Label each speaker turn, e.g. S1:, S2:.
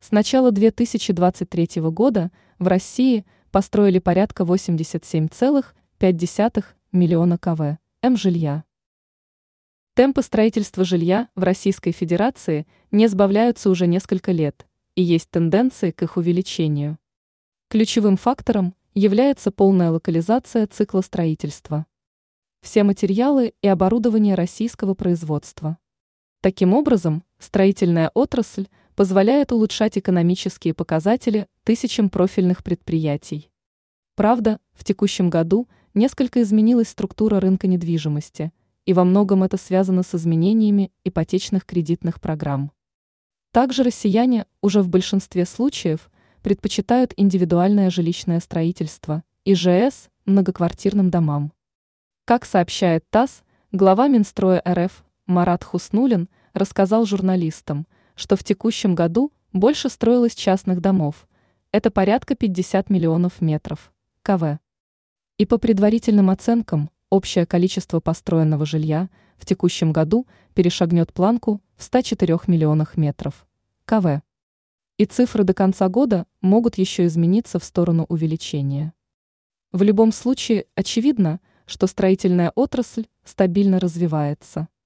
S1: С начала 2023 года в России построили порядка 87,5 миллиона кв.м жилья. Темпы строительства жилья в Российской Федерации не сбавляются уже несколько лет, и есть тенденции к их увеличению. Ключевым фактором является полная локализация цикла строительства. Все материалы и оборудование российского производства. Таким образом, строительная отрасль позволяет улучшать экономические показатели тысячам профильных предприятий. Правда, в текущем году несколько изменилась структура рынка недвижимости, и во многом это связано с изменениями ипотечных кредитных программ. Также россияне уже в большинстве случаев предпочитают индивидуальное жилищное строительство, ИЖС, многоквартирным домам. Как сообщает ТАСС, глава Минстроя РФ Марат Хуснуллин рассказал журналистам, что в текущем году больше строилось частных домов, это порядка 50 миллионов метров кв. И по предварительным оценкам, общее количество построенного жилья в текущем году перешагнет планку в 104 миллионах метров кв. И цифры до конца года могут еще измениться в сторону увеличения. В любом случае, очевидно, что строительная отрасль стабильно развивается.